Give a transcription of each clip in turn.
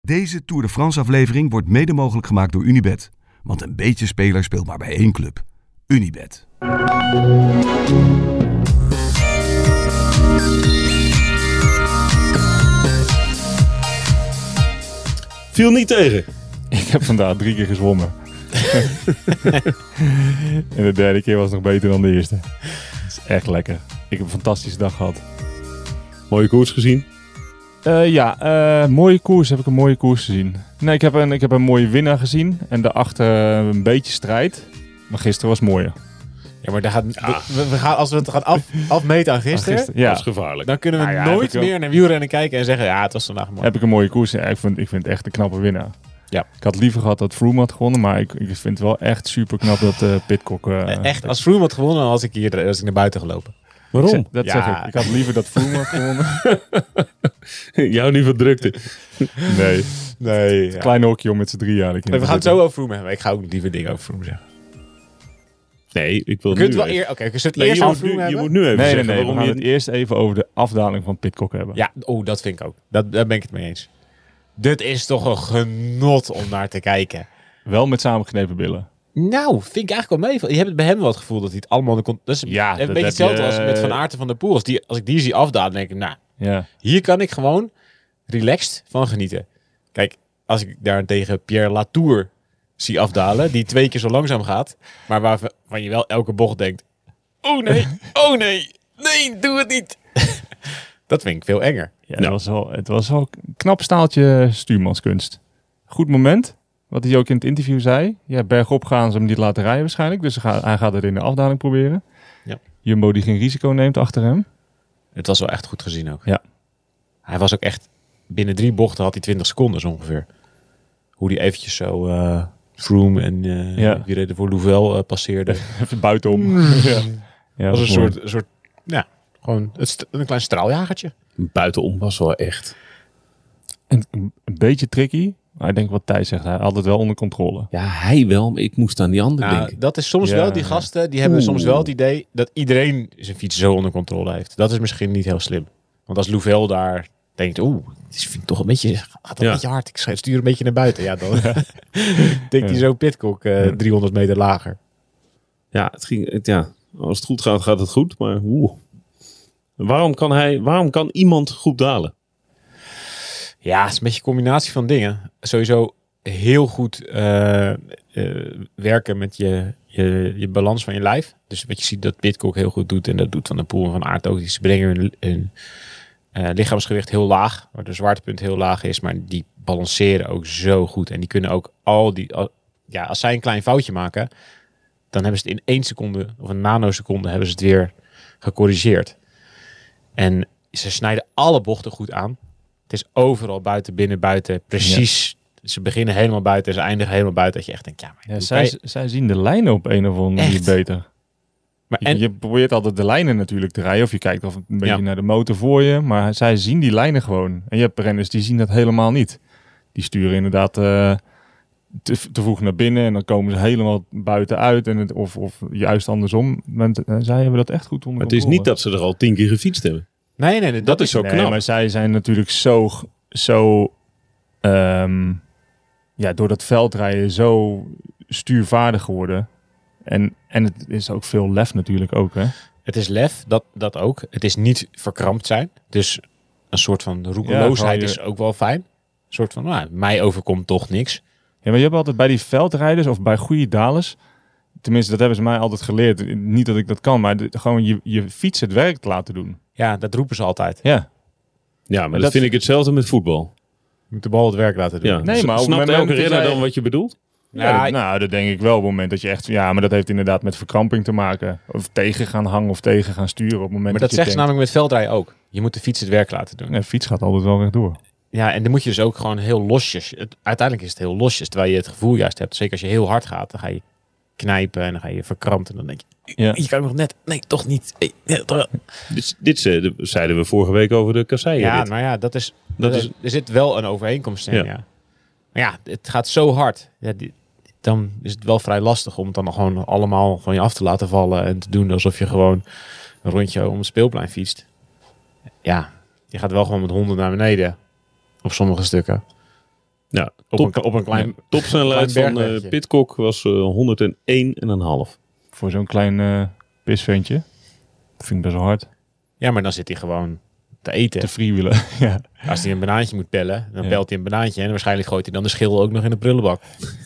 Deze Tour de France aflevering wordt mede mogelijk gemaakt door Unibet. Want een beetje speler speelt maar bij één club. Unibet. Viel niet tegen. Ik heb vandaag 3 keer gezwommen. En de derde keer was nog beter dan de eerste. Dat is echt lekker. Ik heb een fantastische dag gehad. Mooie koers gezien. Mooie koers. Heb ik een mooie koers gezien. Nee, ik heb een mooie winnaar gezien. En daarachter een beetje strijd. Maar gisteren was mooier. Ja, maar als we het gaan afmeten aan gisteren, Ja. Dat is gevaarlijk. dan kunnen we nooit meer naar wielrennen kijken en zeggen, ja, het was vandaag mooi. Heb ik een mooie koers. Ja, ik vind het echt een knappe winnaar. Ja. Ik had liever gehad dat Froome had gewonnen. Maar ik vind het wel echt super knap dat Pidcock... Echt, als Froome had gewonnen, dan was ik naar buiten gelopen. Waarom? Dat zeg ik. Ik had liever dat Froome had gewonnen. Jou niet van drukte. Nee. Ja. Klein hokje om met z'n 3 jaar. We gaan het zo over Froome hebben. Ik ga ook liever dingen over Froome zeggen. Nee, ik wil We kunnen nu het wel even. Oké, we zullen het Nee, eerst je over Froome moet hebben. nu even Nee, zeggen we waarom gaan je... het eerst even over de afdaling van Pidcock hebben. Ja, dat vind ik ook. Daar ben ik het mee eens. Dit is toch een genot om naar te kijken. Wel met samengeknepen billen. Nou, vind ik eigenlijk wel mee. Je hebt bij hem wel het gevoel dat hij het allemaal... Dat is Ja, een dat beetje heb hetzelfde je- als met Van Aert en Van der Poel. Als ik die zie afdalen, denk ik, nou, Ja. hier kan ik gewoon relaxed van genieten. Kijk, als ik daarentegen Pierre Latour zie afdalen, die 2 keer zo langzaam gaat, maar waarvan je wel elke bocht denkt, oh nee, doe het niet. Dat vind ik veel enger. Ja, het was wel een knap staaltje stuurmanskunst. Goed moment, wat hij ook in het interview zei. Ja, bergop gaan ze hem niet laten rijden waarschijnlijk. Dus hij gaat het in de afdaling proberen. Ja. Jumbo die geen risico neemt achter hem. Het was wel echt goed gezien ook. Ja. Hij was ook echt, binnen 3 bochten had hij 20 seconden zo ongeveer. Hoe die eventjes zo Froome en wie reden voor Louvel passeerde. Even buitenom. Ja, Dat was mooi. een soort, ja, gewoon een klein straaljagertje. Buitenom was wel echt. En een beetje tricky. Maar ik denk wat Thijs zegt, hij had het wel onder controle. Ja, hij wel, maar ik moest aan die andere Nou, denken. dat is soms wel, die gasten, die hebben soms wel het idee dat iedereen zijn fiets zo onder controle heeft. Dat is misschien niet heel slim. Want als Louvel daar denkt, het vind ik toch een beetje, gaat een beetje hard. Ik stuur een beetje naar buiten. Ja, dan denkt hij zo Pidcock 300 meter lager. Ja, als het goed gaat, gaat het goed. Maar waarom kan iemand goed dalen? Ja, het is een beetje een combinatie van dingen. Sowieso heel goed werken met je balans van je lijf. Dus wat je ziet dat Pidcock heel goed doet en dat doet Van der Poel en Van Aert ook. Ze brengen hun lichaamsgewicht heel laag, waar de zwaartepunt heel laag is. Maar die balanceren ook zo goed. En die kunnen ook als zij een klein foutje maken, dan hebben ze het in 1 seconde of een nanoseconde hebben ze het weer gecorrigeerd. En ze snijden alle bochten goed aan. Het is overal buiten, binnen, buiten. Precies. Ja. Ze beginnen helemaal buiten en ze eindigen helemaal buiten. Dat je echt denkt, Zij zien de lijnen op een of andere manier beter. Maar je probeert altijd de lijnen natuurlijk te rijden. Of je kijkt of een beetje naar de motor voor je. Maar zij zien die lijnen gewoon. En je hebt renners die zien dat helemaal niet. Die sturen inderdaad te vroeg naar binnen. En dan komen ze helemaal buiten uit. Of juist andersom. Zij hebben dat echt goed onder Maar het is niet dat ze er al 10 keer gefietst hebben. Nee, dat is zo knap. Maar zij zijn natuurlijk zo door dat veldrijden zo stuurvaardig geworden. En het is ook veel lef natuurlijk ook, hè? Het is lef, dat ook. Het is niet verkrampt zijn. Dus een soort van roekeloosheid is ook wel fijn. Een soort van, mij overkomt toch niks. Ja, maar je hebt altijd bij die veldrijders of bij goede dalers, tenminste dat hebben ze mij altijd geleerd. Niet dat ik dat kan, maar gewoon je fiets het werk te laten doen. Ja, dat roepen ze altijd. Ja. Ja, maar dat vind ik hetzelfde met voetbal. Je moet de bal het werk laten doen. Ja. Nee, maar snapt elke renner dan wat je bedoelt? Ja, dat denk ik wel. Op het moment dat je echt... Ja, maar dat heeft inderdaad met verkramping te maken. Of tegen gaan hangen of tegen gaan sturen. Op het moment maar dat zegt ze namelijk met veldrijden ook. Je moet de fiets het werk laten doen. De fiets gaat altijd wel rechtdoor. Ja, en dan moet je dus ook gewoon heel losjes. Uiteindelijk is het heel losjes. Terwijl je het gevoel juist hebt. Zeker als je heel hard gaat. Dan ga je knijpen en dan ga je verkrampen. En dan denk je, je kan nog net. Nee, toch niet. Dit zeiden we vorige week over de kasseien. Ja, maar ja, er zit wel een overeenkomst in. Ja. Maar ja, het gaat zo hard. Ja, dan is het wel vrij lastig om het dan gewoon allemaal van je af te laten vallen. En te doen alsof je gewoon een rondje om het speelplein fietst. Ja, je gaat wel gewoon met 100 naar beneden. Op sommige stukken. Ja, Op een klein... topsnelheid klein van bergwegje. Pidcock was 101,5. Voor zo'n klein pisventje. Dat vind ik best wel hard. Ja, maar dan zit hij gewoon te eten. Te freewheelen. Ja. Als hij een banaantje moet pellen, dan Ja. pelt hij een banaantje. En waarschijnlijk gooit hij dan de schil ook nog in de prullenbak.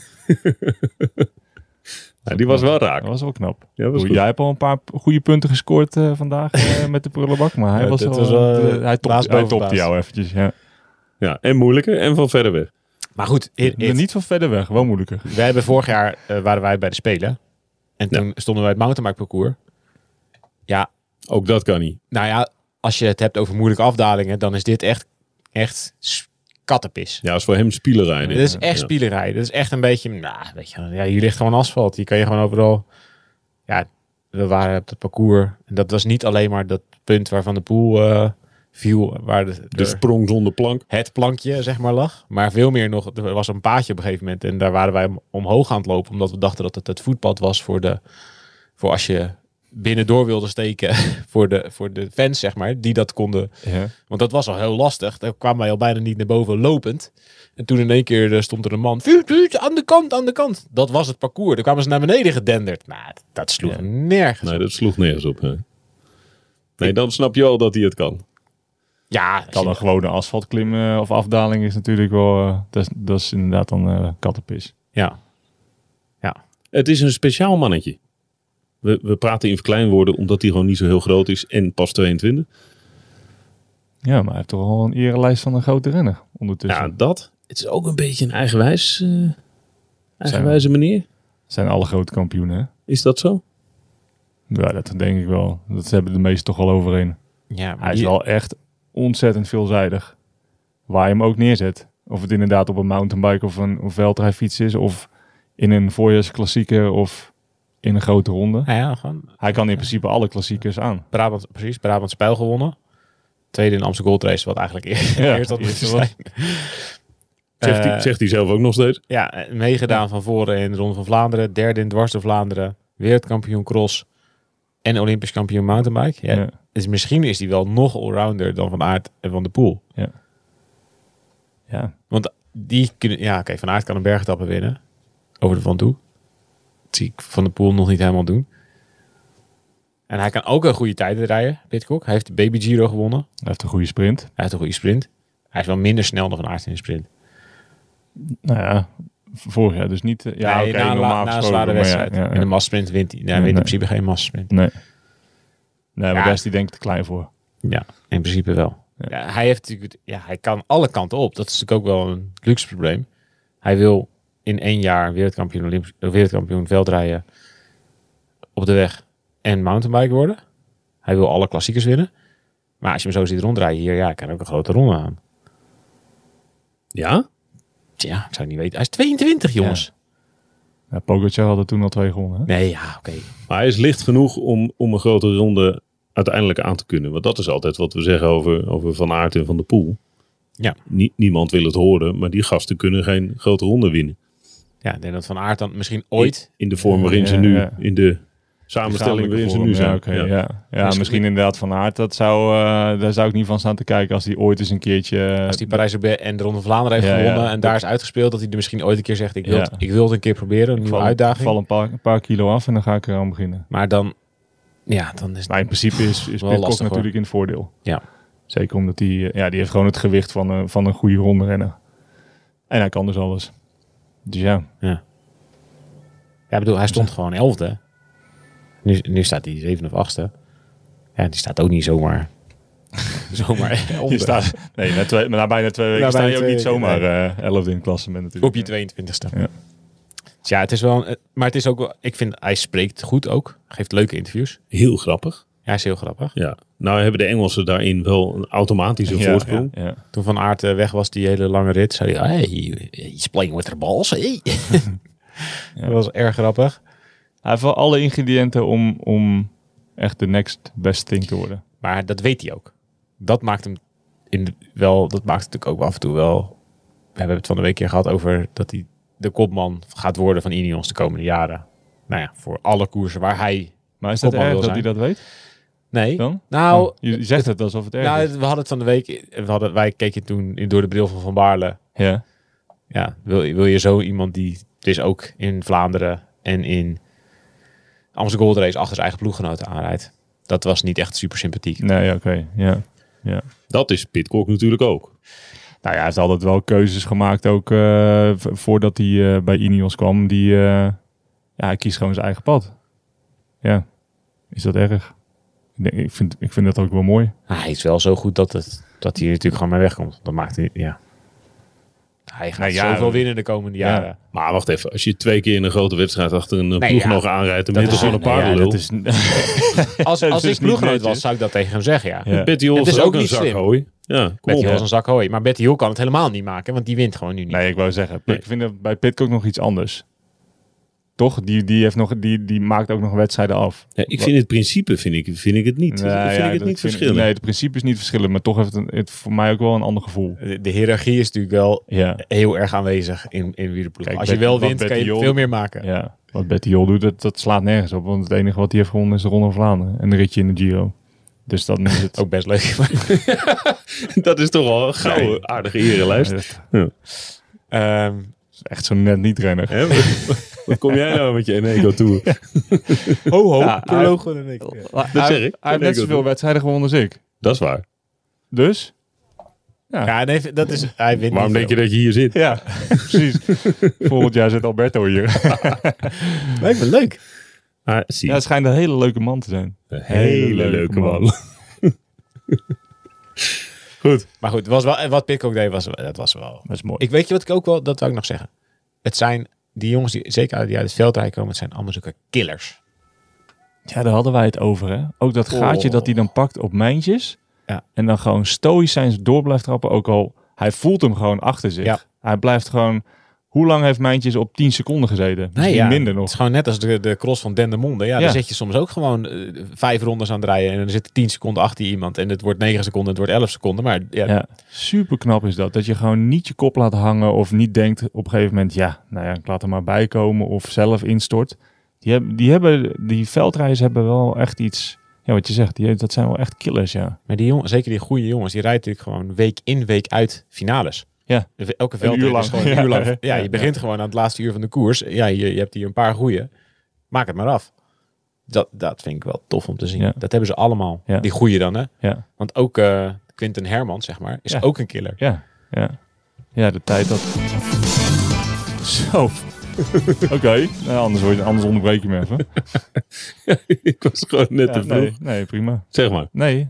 Ja, die was wel raak. Dat was wel knap. Ja, was goed. Jij hebt al een paar goede punten gescoord vandaag met de prullenbak. Maar hij Ja, was dit wel... was wel, hij baas boven topte baas. jou eventjes. Ja. Ja, en moeilijker en van verder weg. Maar goed, Niet van verder weg. Wel moeilijker. wij hebben vorig jaar waren wij bij de Spelen. En toen stonden wij het mountainbike parcours. Ja, Ook dat kan niet. nou ja, als je het hebt over moeilijke afdalingen, dan is dit echt kattenpis. Ja, is voor hem spielerij. Dit is echt spielerij. Dit is echt een beetje, weet je, ja, hier ligt gewoon asfalt. Hier kan je gewoon overal... Ja, we waren op het parcours. En dat was niet alleen maar dat punt waar Van der Poel viel, waar De sprong zonder plank. het plankje, zeg maar, lag. Maar veel meer nog, er was een paadje op een gegeven moment. En daar waren wij omhoog aan het lopen, omdat we dachten dat het voetpad was voor als je binnendoor wilde steken voor de fans, zeg maar, die dat konden. Ja. Want dat was al heel lastig. Daar kwamen wij al bijna niet naar boven lopend. En toen in één keer stond er een man. Aan de kant. Dat was het parcours. Daar kwamen ze naar beneden gedenderd. Nou, dat sloeg nergens Nee, op. dat sloeg nergens op. Hè. Nee, dan snap je al dat hij het kan. Ja, Kan een gewone asfaltklim of afdaling is natuurlijk wel... dat is inderdaad dan kattenpis. ja. Het is een speciaal mannetje. We praten in verkleinwoorden omdat hij gewoon niet zo heel groot is en pas 22. Ja, maar hij heeft toch al een erenlijst van een grote renner ondertussen. Ja, dat. Het is ook een beetje een eigenwijze meneer. Zijn alle grote kampioenen, hè? Is dat zo? Ja, dat denk ik wel. Dat hebben de meesten toch al overheen. Ja, maar Hij is wel echt ontzettend veelzijdig. Waar je hem ook neerzet. Of het inderdaad op een mountainbike of een veldrijfiets is. Of in een voorjaarsklassieker of in een grote ronde. Ja, gewoon Hij kan in principe alle klassiekers aan. Brabant Spijl gewonnen. Tweede in de Amstel Gold Race, wat eigenlijk eerst had moeten zijn. Zegt hij zelf ook nog steeds. Ja, meegedaan van voren in de Ronde van Vlaanderen. Derde in Dwars door Vlaanderen. Wereldkampioen cross. En Olympisch kampioen mountainbike. Ja. Ja. Dus misschien is hij wel nog allrounder dan Van Aert en Van der Poel. Ja. Want die kunnen... Ja, oké, Van Aert kan een bergetappe winnen. Over de Van Toe. Dat zie ik Van der Poel nog niet helemaal doen. En hij kan ook een goede tijden rijden, Pidcock. Hij heeft de Baby Giro gewonnen. Hij heeft een goede sprint. Hij heeft een goede sprint. Hij is wel minder snel dan Van Aert in de sprint. Nou ja, vorig jaar dus niet. Ja, Nee, oké, na normaal een gesproken. zware maar wedstrijd. Ja, ja. In de massasprint wint hij. Hij wint in principe geen massasprint. Nee, maar Ja. daar is hij denk ik te klein voor. Ja, in principe wel. Ja, hij heeft natuurlijk, hij kan alle kanten op. Dat is natuurlijk ook wel een luxe probleem. Hij wil in 1 jaar wereldkampioen veldrijden op de weg en mountainbike worden. Hij wil alle klassiekers winnen. Maar als je hem zo ziet rondrijden hier, ja, kan ook een grote ronde aan. Ja? Ja, ik zou het niet weten. Hij is 22, jongens. Ja, Pogacar had er toen al 2 gewonnen. Hè? Nee, ja, oké. Maar hij is licht genoeg om een grote ronde uiteindelijk aan te kunnen. Want dat is altijd wat we zeggen over Van Aert en Van der Poel. Ja. Niemand wil het horen, maar die gasten kunnen geen grote ronde winnen. Ja, ik denk dat Van Aert dan misschien ooit... In de vorm waarin ze nu, in de samenstelling waarin ze nu zijn. Ja, oké, ja, misschien inderdaad Van Aert. Daar zou ik niet van staan te kijken als hij ooit eens een keertje... Als die Parijs-Roubaix en de Ronde van Vlaanderen heeft gewonnen en daar is uitgespeeld, dat hij er misschien ooit een keer zegt, ik wil het een keer proberen, een nieuwe uitdaging. Ik val een paar kilo af en dan ga ik eraan beginnen. Maar dan is Maar in principe is Pidcock lastig, natuurlijk in het voordeel. Ja. Zeker omdat die heeft gewoon het gewicht van een goede ronde renner. En hij kan dus alles. Dus ja. Ja, ik bedoel, hij stond gewoon 11e. Nu staat hij 7e of 8e. Ja, die staat ook niet zomaar 11e. Na bijna 2 weken sta je ook niet zomaar 11e in het klassement natuurlijk. Op je 22e. Ja. Dus ja, het is wel... Maar het is ook wel... Ik vind, hij spreekt goed ook. Geeft leuke interviews. Heel grappig. Ja, hij is heel grappig. Ja. Nou hebben de Engelsen daarin wel een automatische voorsprong. Ja. Toen Van Aert weg was, die hele lange rit, zei hij, hey, he's playing with the balls, hey. Dat was erg grappig. Hij heeft wel alle ingrediënten om echt de next best thing te worden. Maar dat weet hij ook. Dat maakt hem dat maakt natuurlijk ook af en toe wel... We hebben het van de week keer gehad over dat hij de kopman gaat worden van Ineos de komende jaren. Nou ja, voor alle koersen waar hij... Maar is dat kopman erg wil dat hij zijn. dat weet? Nee. Dan? Nou... Je zegt het alsof het erg is. We hadden het van de week... Wij keken toen door de bril van Baarle. Ja. ja, wil je zo iemand die dus ook in Vlaanderen en in Amsterdam Gold Race achter zijn eigen ploeggenoten aanrijdt. Dat was niet echt super sympathiek. Nee, oké. Ja. Dat is Pidcock natuurlijk ook. Nou ja, hij heeft altijd wel keuzes gemaakt, ook voordat hij bij Ineos kwam. Hij kiest gewoon zijn eigen pad. Ja, is dat erg? Ik vind dat ook wel mooi. Hij is wel zo goed dat hij natuurlijk gewoon mee wegkomt. Dat maakt hij, ja. Hij gaat zoveel winnen de komende jaren. Maar wacht even, als je 2 keer in een grote wedstrijd achter een ploeggenoot aanrijdt, dan ben je toch gewoon een paardenlul. Als ik ploeggenoot was, zou ik dat tegen hem zeggen, ja. Betty Hill is ook een zak hooi. Ja, Betty Hill is een zak hooi. Maar Betty Hill kan het helemaal niet maken, want die wint gewoon nu niet. Nee, ik wou zeggen, ik vind het bij Pidcock nog iets anders. Toch? Die maakt ook nog wedstrijden af. Ja, ik vind het principe vind ik het niet. Verschillen. Nee, het principe is niet verschillen, maar toch heeft het voor mij ook wel een ander gevoel. De hiërarchie is natuurlijk wel heel erg aanwezig in wielerploeg. Kijk, als je wel wint, kan je veel meer maken. Ja, wat Betty Hill doet, dat slaat nergens op. Want het enige wat hij heeft gewonnen is de Ronde van Vlaanderen en een ritje in de Giro. Dus dan is het ook best leuk. Dat is toch wel een gouden, aardige erelijst. Echt zo net niet renner. Wat kom jij nou met je Eneco Tour? Proloog en Eneco. Dat zeg ik. Hij heeft net zoveel wedstrijden gewonnen als ik. Dat is waar. Dus? Ja, nee, dat is... Hij wint. Waarom denk je dat je hier zit? Ja, precies. Volgend jaar zit Alberto hier. Lijkt me leuk. Ja, het schijnt een hele leuke man te zijn. Een hele leuke man. Goed. Maar goed, was wel, wat Pidcock deed, dat was mooi. Weet je wat ik ook wel, dat wou ik nog zeggen. Het zijn die jongens die zeker uit het veldrij komen, het zijn allemaal zulke killers. Ja, daar hadden wij het over, hè. Ook dat gaatje dat hij dan pakt op mijntjes. Ja. En dan gewoon stoïcijns door blijft trappen. Ook al, hij voelt hem gewoon achter zich. Ja. Hij blijft gewoon... Hoe lang heeft Mijntjes op 10 seconden gezeten? Misschien minder nog. Het is gewoon net als de cross van Dendermonde. Ja, dan zit je soms ook gewoon 5 rondes aan het rijden. En dan zit 10 seconden achter iemand. En het wordt 9 seconden, het wordt 11 seconden. Maar super knap is dat. Dat je gewoon niet je kop laat hangen. Of niet denkt op een gegeven moment... ik laat er maar bij komen. Of zelf instort. Die veldrijders hebben wel echt iets... Ja, wat je zegt. Dat zijn wel echt killers, ja. Maar zeker die goede jongens. Die rijden natuurlijk gewoon week in, week uit finales. Ja. Elke veldrijd is gewoon een uur lang. Ja, je begint gewoon aan het laatste uur van de koers. Ja, je hebt hier een paar goeie. Maak het maar af. Dat vind ik wel tof om te zien. Ja. Dat hebben ze allemaal. Ja. Die goeie dan, hè? Ja. Want ook Quinten Hermans, zeg maar, is ook een killer. Ja, de tijd dat... Zo. Oké. Nou, anders onderbreek je me even. Ik was gewoon net te vroeg. Nee, prima. Zeg maar. Nee,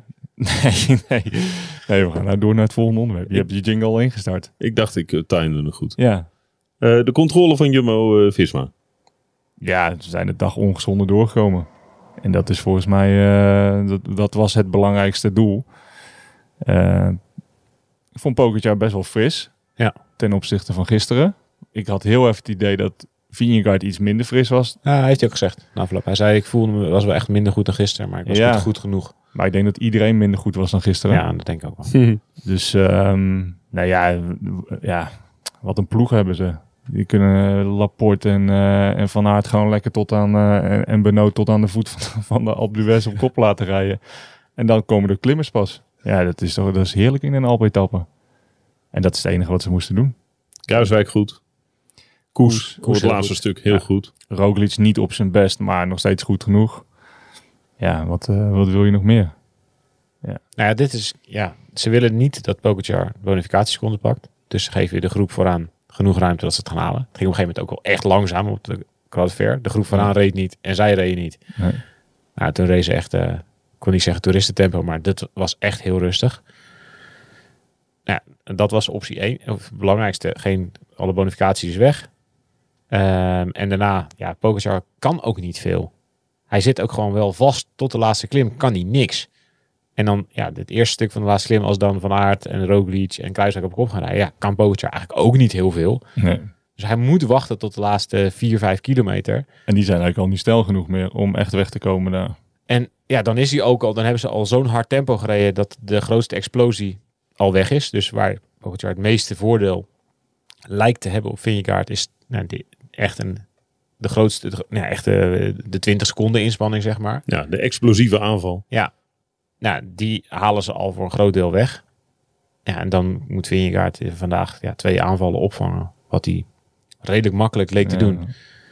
we gaan nou door naar het volgende onderwerp. Je hebt je jingle al ingestart. Ik dacht, ik timde nog goed. Ja. De controle van Jumbo-Visma. Ja, ze zijn de dag ongeschonden doorgekomen. En dat is volgens mij... dat was het belangrijkste doel. Ik vond Pogačar best wel fris. Ja. Ten opzichte van gisteren. Ik had heel even het idee dat Vingegaard iets minder fris was. Ja, hij heeft hij ook gezegd. Hij zei, ik voelde me was wel echt minder goed dan gisteren. Maar ik was goed genoeg. Maar ik denk dat iedereen minder goed was dan gisteren. Ja, dat denk ik ook wel. Dus, wat een ploeg hebben ze. Die kunnen Laporte en Van Aert gewoon lekker tot aan... en Benoot tot aan de voet van de Alpe d'Huez op kop laten rijden. En dan komen de klimmers pas. Ja, dat is heerlijk in een Alpe-etappe. En dat is het enige wat ze moesten doen. Kruiswijk goed. Koes het laatste stuk heel goed. Roglic niet op zijn best, maar nog steeds goed genoeg. Ja, wat wil je nog meer? Ja. Nou ja, dit is... Ja, ze willen niet dat Pogačar bonificatieseconde pakt. Dus ze geven de groep vooraan genoeg ruimte dat ze het gaan halen. Het ging op een gegeven moment ook wel echt langzaam op de Croix de Fer. De groep vooraan reed niet en zij reden niet. Nee. Nou, toen reed ze echt... ik kon niet zeggen toeristentempo, maar dit was echt heel rustig. Ja, dat was optie 1. Of het belangrijkste, alle bonificaties is weg. En daarna, Pogačar kan ook niet veel. Hij zit ook gewoon wel vast tot de laatste klim, kan hij niks. En dan, het eerste stuk van de laatste klim, als dan Van Aert en Roglic en Kruiswijk op kop gaan rijden, kan Pogačar eigenlijk ook niet heel veel. Nee. Dus hij moet wachten tot de laatste 4-5 kilometer. En die zijn eigenlijk al niet snel genoeg meer om echt weg te komen daar. En dan is hij ook al, dan hebben ze al zo'n hard tempo gereden dat de grootste explosie al weg is. Dus waar Pogačar het meeste voordeel lijkt te hebben op Vingegaard is de grootste, de 20 seconden inspanning, zeg maar. Ja, de explosieve aanval. Ja, nou, die halen ze al voor een groot deel weg. Ja, en dan moet Vingegaard vandaag 2 aanvallen opvangen Wat hij redelijk makkelijk leek te doen.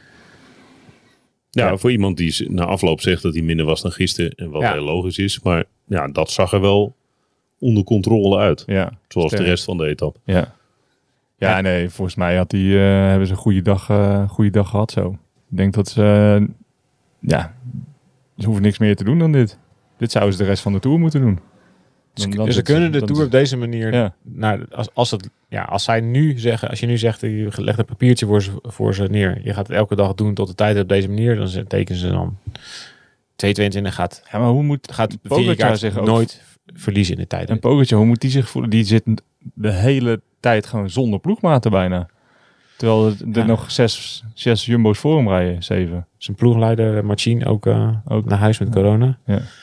Ja, voor iemand die na afloop zegt dat hij minder was dan gisteren. En wat heel logisch is. Maar ja, dat zag er wel onder controle uit. Ja, zoals de rest van de etappe. Ja, nee, volgens mij hebben ze een goede dag gehad zo. Ik denk dat ze hoeven niks meer te doen dan dit. Dit zouden ze de rest van de Tour moeten doen. Ze kunnen de Tour op deze manier... Als zij nu zeggen... Als je nu zegt, je legt een papiertje voor ze neer. Je gaat het elke dag doen tot de tijd op deze manier. Dan tekenen ze dan 2:22 gaat... Ja, maar hoe gaat Pogacar zich nooit verliezen in de tijd? En Pogacar, hoe moet die zich voelen? Die zit de hele tijd gewoon zonder ploegmaten bijna. Terwijl er nog 6 jumbo's voor hem rijden, 7. Zijn ploegleider Marcin ook naar huis met corona.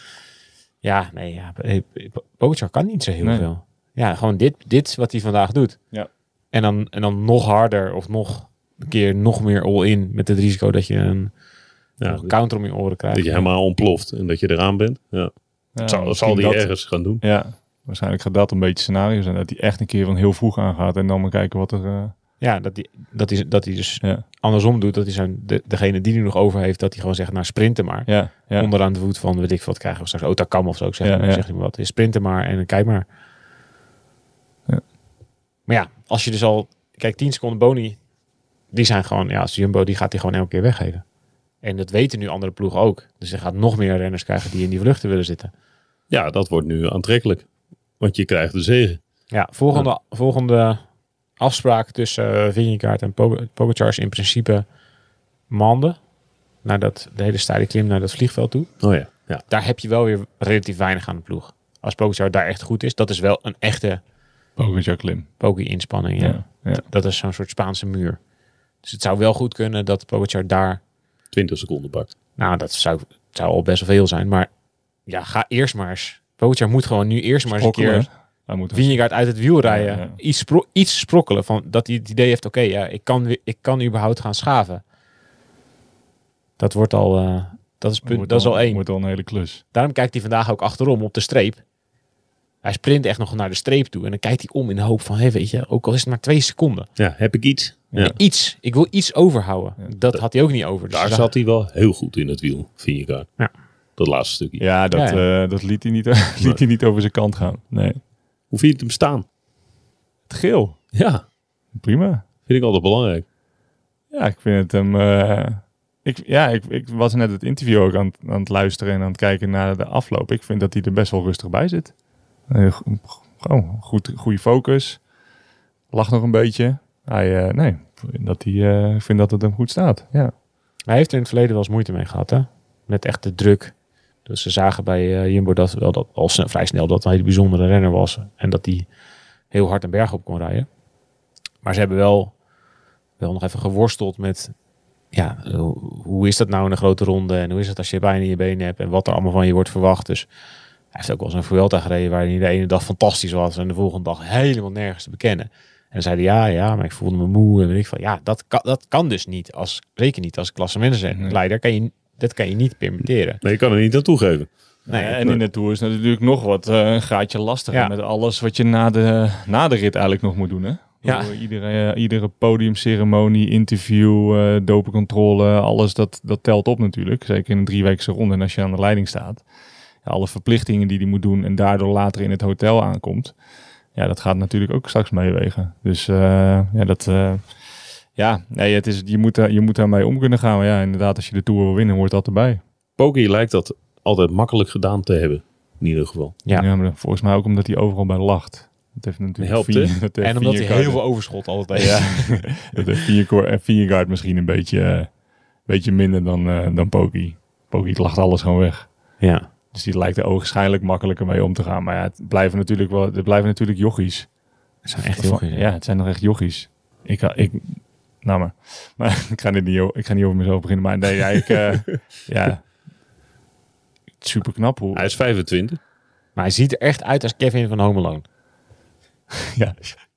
Pogacar kan niet zo heel veel. Ja, gewoon dit wat hij vandaag doet. Ja. En dan nog harder of nog een keer nog meer all-in met het risico dat je een counter om je oren krijgt. Dat je helemaal ontploft en dat je eraan bent. Ja. Zal die ergens gaan doen. Ja, waarschijnlijk gaat dat een beetje scenario zijn. Dat hij echt een keer van heel vroeg aangaat en dan maar kijken wat er... Ja, dat hij dus andersom doet. Dat hij degene die hij nog over heeft, dat hij gewoon zegt, nou sprinten maar. Ja. Onderaan de voet van, weet ik wat, krijgen we straks Otakam of zo. Zeg hij maar wat. Sprinten maar en kijk maar. Ja. Maar ja, als je dus al... Kijk, 10 seconden Boni, die zijn gewoon... Ja, als Jumbo, die gaat hij gewoon elke keer weggeven. En dat weten nu andere ploegen ook. Dus je gaat nog meer renners krijgen die in die vluchten willen zitten. Ja, dat wordt nu aantrekkelijk. Want je krijgt de zege. Ja, volgende afspraak tussen Vingegaard en Pogacar is in principe maanden. Nadat de hele steile klim naar dat vliegveld toe. Oh ja. Daar heb je wel weer relatief weinig aan de ploeg. Als Pogacar daar echt goed is, dat is wel een echte Pogacar klim. Pogi-inspanning. Ja. Dat is zo'n soort Spaanse muur. Dus het zou wel goed kunnen dat Pogacar daar 20 seconden pakt. Nou, dat zou al best wel veel zijn. Maar ja, ga eerst maar eens. Pogacar moet gewoon nu eerst maar eens een keer Vingegaard uit het wiel rijden. Ja. Iets sprokkelen. Van dat hij het idee heeft, oké, ik kan überhaupt gaan schaven. Dat wordt al... dat is al 1. Wordt al een hele klus. Daarom kijkt hij vandaag ook achterom op de streep. Hij sprint echt nog naar de streep toe. En dan kijkt hij om in de hoop van, weet je, ook al is het maar 2 seconden. Ja, heb ik iets? Ja. Iets. Ik wil iets overhouden. Ja, dat had hij ook niet over. Dus daar zat hij wel heel goed in het wiel, Vingegaard. Ja. Dat laatste stukje. Ja, dat liet hij niet over zijn kant gaan. Nee. Hoe vind je hem staan? Het geel. Ja. Prima. Vind ik altijd belangrijk. Ja, ik vind het hem... Ik was net het interview ook aan het luisteren en aan het kijken naar de afloop. Ik vind dat hij er best wel rustig bij zit. Gewoon goede focus. Lacht nog een beetje. Ik vind dat het hem goed staat. Ja. Hij heeft er in het verleden wel eens moeite mee gehad, hè? Met echt de druk. Dus ze zagen bij Jumbo dat al vrij snel dat hij een bijzondere renner was. En dat hij heel hard een berg op kon rijden. Maar ze hebben wel nog even geworsteld met... Ja, hoe is dat nou in een grote ronde? En hoe is het als je pijn in je benen hebt? En wat er allemaal van je wordt verwacht. Dus hij heeft ook wel eens een Vuelta gereden waar hij de ene dag fantastisch was. En de volgende dag helemaal nergens te bekennen. En dan zei hij, ja, maar ik voelde me moe. En weet ik van, ja, dat kan dus niet. Zeker niet als klassementsleider. Dat kan je niet permitteren. Nee, je kan er niet aan toegeven. Nee, en in de Tour is natuurlijk nog wat een gaatje lastiger. Ja. Met alles wat je na de rit eigenlijk nog moet doen, hè? Ja. Iedere podiumceremonie, interview, dopencontrole, alles dat telt op natuurlijk. Zeker in een 3-weekse ronde en als je aan de leiding staat. Ja, alle verplichtingen die hij moet doen en daardoor later in het hotel aankomt. Ja, dat gaat natuurlijk ook straks meewegen. Dus je moet daarmee om kunnen gaan. Maar ja, inderdaad, als je de Tour wil winnen, hoort dat erbij. Poggi lijkt dat altijd makkelijk gedaan te hebben. In ieder geval. Ja, maar volgens mij ook omdat hij overal bij lacht. Dat heeft natuurlijk helpt, en omdat hij heel veel overschot altijd heeft. Ja, dat heeft Vingegaard misschien een beetje minder dan Poggi. Poggi lacht alles gewoon weg. Ja. Dus die lijkt er waarschijnlijk makkelijker mee om te gaan. Maar ja, het blijven natuurlijk jochies. Het zijn echt jochies. Ja, het zijn nog echt jochies. Maar ik ga niet over mezelf beginnen. Maar nee, super knap hoe. Hij is 25. Maar hij ziet er echt uit als Kevin van Home Alone. Ja.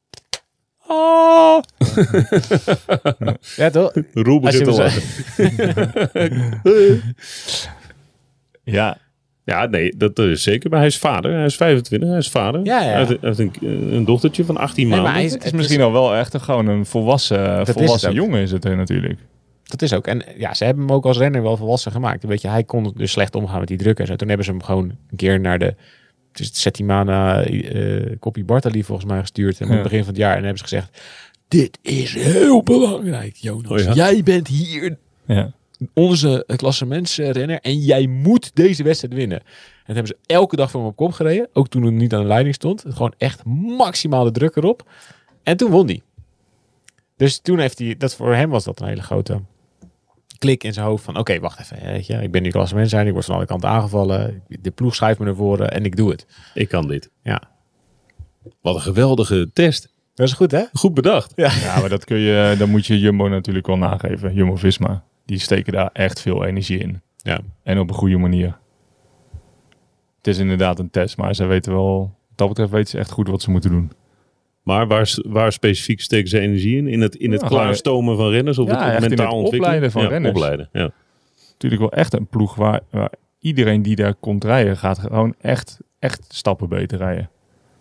Oh. Ja, toch? Roel begint te lachen. Ja. Ja, nee, dat is zeker. Maar hij is vader. Hij is 25. Hij is vader. Ja. Hij heeft een dochtertje van 18 maanden. Maar Het is misschien al wel echt gewoon een volwassen jongen is het natuurlijk. Dat is ook. En ja, ze hebben hem ook als renner wel volwassen gemaakt. Weet je, hij kon dus slecht omgaan met die druk en zo. Toen hebben ze hem gewoon een keer naar de Settimana Coppi Bartali volgens mij gestuurd. In het begin van het jaar. En hebben ze gezegd, dit is heel belangrijk, Jonas. Oh ja? Jij bent hier onze klassementsrenner en jij moet deze wedstrijd winnen. En dat hebben ze elke dag voor hem op kop gereden. Ook toen hij niet aan de leiding stond. Gewoon echt maximaal de druk erop. En toen won hij. Dus toen heeft hij, voor hem was dat een hele grote klik in zijn hoofd van oké, wacht even. Weet je, ik ben nu klassementsrenner, ik word van alle kanten aangevallen. De ploeg schuift me naar voren en ik doe het. Ik kan dit. Ja. Wat een geweldige test. Dat is goed, hè? Goed bedacht. Ja, maar dan moet je Jumbo natuurlijk wel nageven. Jumbo-Visma. Die steken daar echt veel energie in. Ja. En op een goede manier. Het is inderdaad een test, maar ze weten wel, wat dat betreft weten ze echt goed wat ze moeten doen. Maar waar specifiek steken ze energie in? In het klaarstomen van renners? Of het mentaal opleiden van renners. Opleiden, ja. Natuurlijk wel echt een ploeg waar iedereen die daar komt rijden, gaat gewoon echt stappen beter rijden.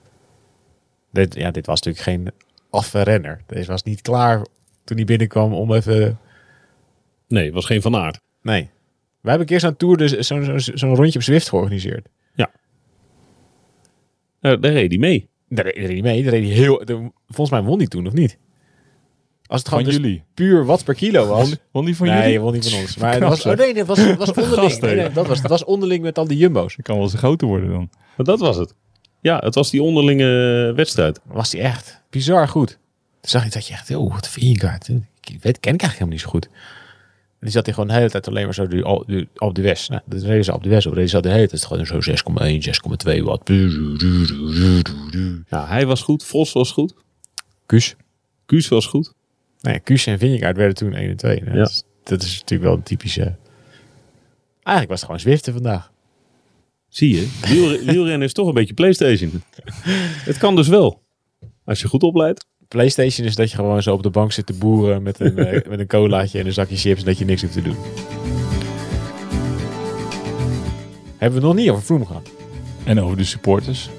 Dit was natuurlijk geen affe renner. Deze was niet klaar toen hij binnenkwam om even... Nee, het was geen Van Aert. Nee. We hebben een keer zo'n tour, dus zo'n rondje op Zwift georganiseerd. Ja. Daar reed hij mee. Daar reed hij mee. Volgens mij won hij toen, of niet? Als het gewoon van dus jullie? puur watts per kilo was. Won die van jullie? jullie? Nee, won niet van ons. Maar dat was onderling. Dat was onderling met al die jumbo's. Dat kan wel eens groter worden dan. Maar dat was het. Ja, het was die onderlinge wedstrijd. Was die echt bizar goed. Toen zag je dat je echt, wat Vingegaard. Ken ik eigenlijk helemaal niet zo goed. En die zat hij gewoon de hele tijd alleen maar zo op de West. Nou, dat reden ze op de West op. Die zat de hele tijd gewoon zo 6,1, 6,2 watt. Ja, hij was goed. Vos was goed. Kuus was goed. Nee, Kuus en Vingegaard werden toen 1 en 2. Nou, Ja. Dat is natuurlijk wel een typische... Eigenlijk was het gewoon Zwiften vandaag. Zie je, wielrennen is toch een beetje PlayStation. Het kan dus wel. Als je goed opleidt. PlayStation is dat je gewoon zo op de bank zit te boeren met een colaatje en een zakje chips en dat je niks hoeft te doen. Hebben we nog niet over Froome gehad. En over de supporters.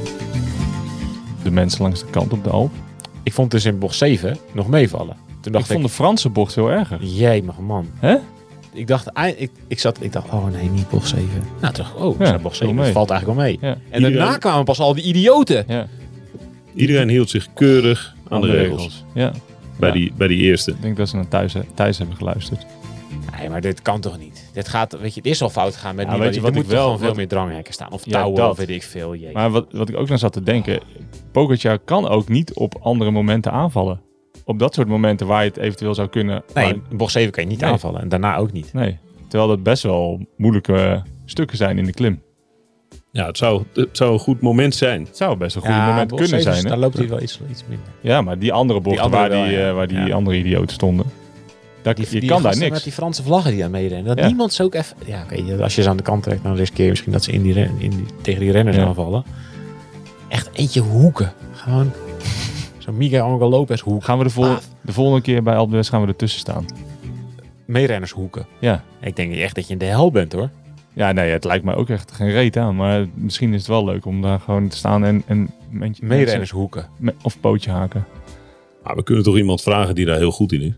De mensen langs de kant op de Alp. Ik vond dus in bocht 7 nog meevallen. Toen dacht ik vond de Franse bocht veel erger. Jemig man. Hè? Ik dacht, oh nee, niet bocht 7. Nou, toen dacht ik, bocht 7, mee. dat valt eigenlijk wel mee. Ja. En daarna kwamen pas al die idioten. Ja. Iedereen hield zich keurig aan de regels. Ja. Bij die eerste. Ik denk dat ze naar thuis hebben geluisterd. Nee, maar dit kan toch niet? Dit gaat, weet je, het is al fout gegaan met Ja, weet je wat er ik moet wel- gewoon veel wat- meer dranghekken staan. Of Ja, touwen, dat. of weet ik veel. Jee. Maar wat ik ook nog zat te denken. Pogacar kan ook niet op andere momenten aanvallen. Op dat soort momenten waar je het eventueel zou kunnen. Nee, maar- in bocht 7 kan je niet Nee. aanvallen. En daarna ook niet. nee. Terwijl dat best wel moeilijke stukken zijn in de klim. Ja, het zou een goed moment zijn. Het zou best een goede moment bocht kunnen 7, zijn. Hè? daar loopt hij wel iets minder. Ja, maar die andere bochten andere waar die, wel, ja. waar die Ja. andere idioten stonden. Je kan daar gasten niks. Met die Franse vlaggen die aan meerennen. Dat Ja. niemand zo ook even... Ja, oké, als je ze aan de kant trekt, dan riskeer je misschien dat ze tegen die renners Ja. aanvallen. Echt eentje hoeken. Gewoon zo'n Miguel Angel Lopez hoek. Gaan we de volgende keer bij Alpe d'Huez gaan we ertussen staan. Meerenners hoeken. Ja. Ik denk echt dat je in de hel bent, hoor. Ja, nee, het lijkt mij ook echt geen reet aan. Maar misschien is het wel leuk om daar gewoon te staan en Meerenners hoeken. of pootje haken. Maar we kunnen toch iemand vragen die daar heel goed in is.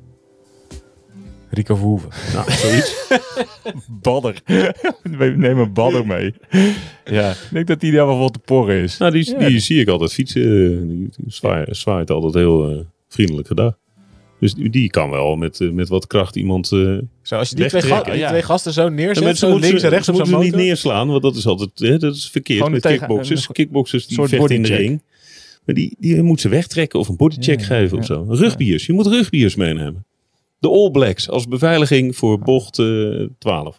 Rico Verhoeven. Nou, zoiets. Badder. We nemen Badder mee. Ja, ik denk dat die daar wel wat te porren is. Nou, die zie ik altijd fietsen. Die zwaait altijd heel vriendelijk gedag. Dus die kan wel met wat kracht iemand... Zo, als je die wegtrekken, twee gasten zo neerzet, mensen zo moeten links en rechts op zo'n moeten motor. niet neerslaan, want dat is altijd dat is verkeerd Gewoon met tegen- kickboxers. een Kickboxers die soort vechten in de bodycheck. ring. Maar die moet ze wegtrekken of een bodycheck geven of zo. Rugbiers. Je moet rugbiers meenemen. De All Blacks als beveiliging voor bocht 12.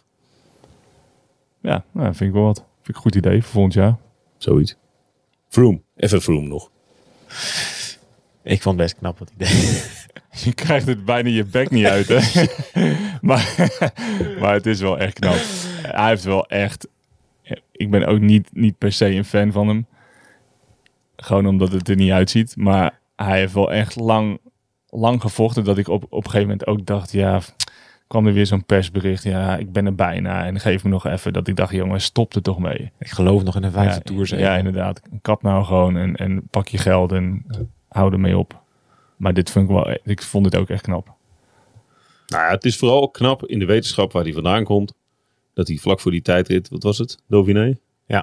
Ja, nou, vind ik wel wat. Vind ik een goed idee voor volgend jaar. Zoiets. Froome. Even Froome nog. Ik vond het best knap wat hij deed. Je krijgt het bijna je bek niet uit, hè? maar het is wel echt knap. Hij heeft wel echt... Ik ben ook niet per se een fan van hem. Gewoon omdat het er niet uitziet. Maar hij heeft wel echt lang gevochten dat ik op een gegeven moment ook dacht... Ja, kwam er weer zo'n persbericht. Ja, ik ben er bijna. En geef me nog even dat ik dacht, jongens, stop er toch mee. Ik geloof nog in een 5e tour. Ja, inderdaad. Kap nou gewoon en pak je geld en hou ermee op. Maar ik vond het ook echt knap. Nou ja, het is vooral knap in de wetenschap waar hij vandaan komt. Dat hij vlak voor die tijdrit, wat was het? Dauphiné? Ja.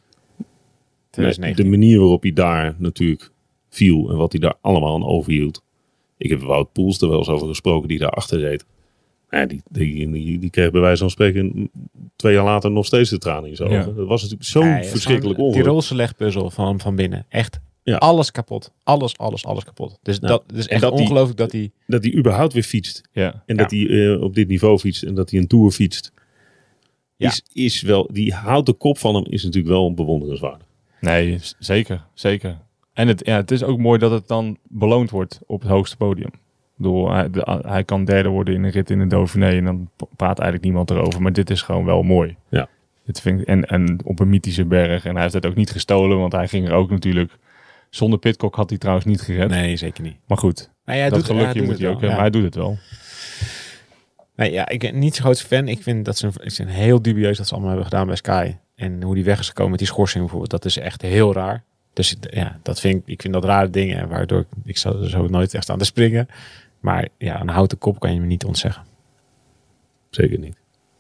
De manier waarop hij daar natuurlijk viel en wat hij daar allemaal aan overhield. Ik heb Wout Poels er wel eens over gesproken die daar achter reed. Ja, die kreeg bij wijze van spreken 2 jaar later nog steeds de tranen in zijn ogen. Dat was natuurlijk zo'n verschrikkelijk ongeluk. Die Tirolse legpuzzel van binnen. Echt alles kapot. Alles kapot. Dus dat is echt ongelooflijk dat hij... Dat hij überhaupt weer fietst. Ja. En dat hij op dit niveau fietst. En dat hij een Tour fietst. Ja. Is wel, die houten kop van hem is natuurlijk wel bewonderenswaardig. Nee, zeker. En het is ook mooi dat het dan beloond wordt op het hoogste podium. Hij kan derde worden in een rit in de Dauphiné en dan praat eigenlijk niemand erover. Maar dit is gewoon wel mooi. Ja. Dit vind ik, en op een mythische berg. En hij heeft het ook niet gestolen, want hij ging er ook natuurlijk... Zonder Pidcock had hij trouwens niet gered. Nee, zeker niet. Maar goed, dat gelukje moet hij ook hebben. Maar hij doet het wel. Nee, ja, ik ben niet zo'n groot fan. Ik vind dat ze heel dubieus dat ze allemaal hebben gedaan bij Sky. En hoe die weg is gekomen met die schorsing bijvoorbeeld. Dat is echt heel raar. Dus ja, ik vind dat rare dingen. Waardoor ik zou er zo nooit echt aan te springen. Maar ja, een houten kop kan je me niet ontzeggen. Zeker niet.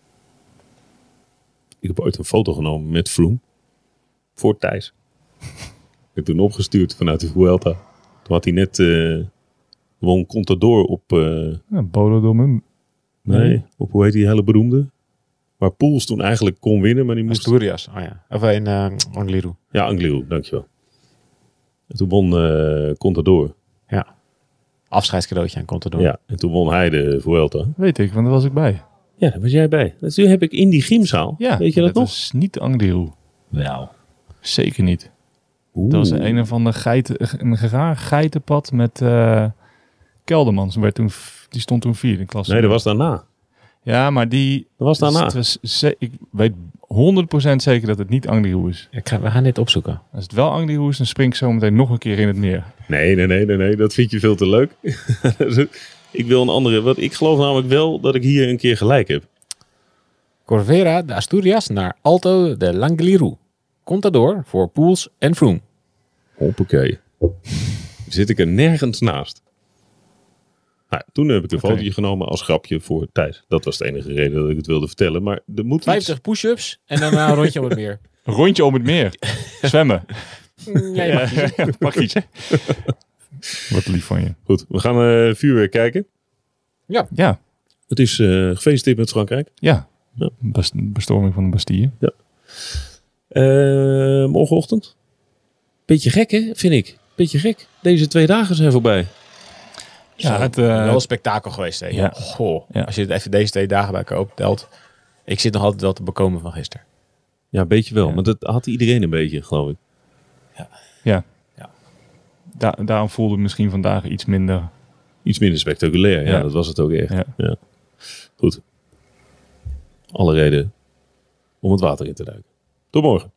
Ik heb ooit een foto genomen met Froome. Voor Thijs. Ik heb toen opgestuurd vanuit de Vuelta. Toen had hij net gewoon Contador op... Bolo Domen. Nee, op hoe heet die hele beroemde? Waar Poels toen eigenlijk kon winnen, maar die moest... Asturias, Of in Angliru. Ja, Angliru, dankjewel. En toen won Contador. Ja. Afscheidscadeautje aan Contador. Ja, en toen won hij de Vuelta. Weet ik, want daar was ik bij. Ja, daar was jij bij. Dat heb ik in die gymzaal. Ja, weet je dat nog? Dat is niet Angliru. Wel. Zeker niet. Dat was een of ander geitenpad met Keldermans. Die stond toen 4 in klas. Nee, dat was daarna. Ja, maar die... Dat was daarna. Ik weet 100% zeker dat het niet Angliru is. We gaan dit opzoeken. Als het wel Angliru is, dan spring ik zo meteen nog een keer in het meer. Nee. Dat vind je veel te leuk. Ik wil een andere... Ik geloof namelijk wel dat ik hier een keer gelijk heb. Corvera de Asturias naar Alto de Langliru. Contador voor Poels en Froome. Hoppakee. Zit ik er nergens naast. Nou, toen heb ik een fotootje genomen als grapje voor Thijs. Dat was de enige reden dat ik het wilde vertellen. Maar er moet 50 push-ups en dan een rondje om het meer. Een rondje om het meer. Zwemmen. Ja, Pak iets. Wat lief van je. Goed, we gaan vuurwerk kijken. Ja. Het is gefeliciteerd met Frankrijk. Ja. Bestorming van de Bastille. Ja. Morgenochtend. Beetje gek, hè? Vind ik. Beetje gek. Deze 2 dagen zijn voorbij. Ja, het wel een spektakel geweest. Hè? Ja. Goh, Ja. als je het even deze 2 dagen bij elkaar optelt. Ik zit nog altijd wel te bekomen van gisteren. Ja, een beetje wel. Ja. Maar dat had iedereen een beetje, geloof ik. Ja. Daarom voelde het misschien vandaag iets minder. Iets minder spectaculair. Ja, Ja. dat was het ook echt. Ja. Ja. Goed. Alle reden om het water in te duiken. Tot morgen.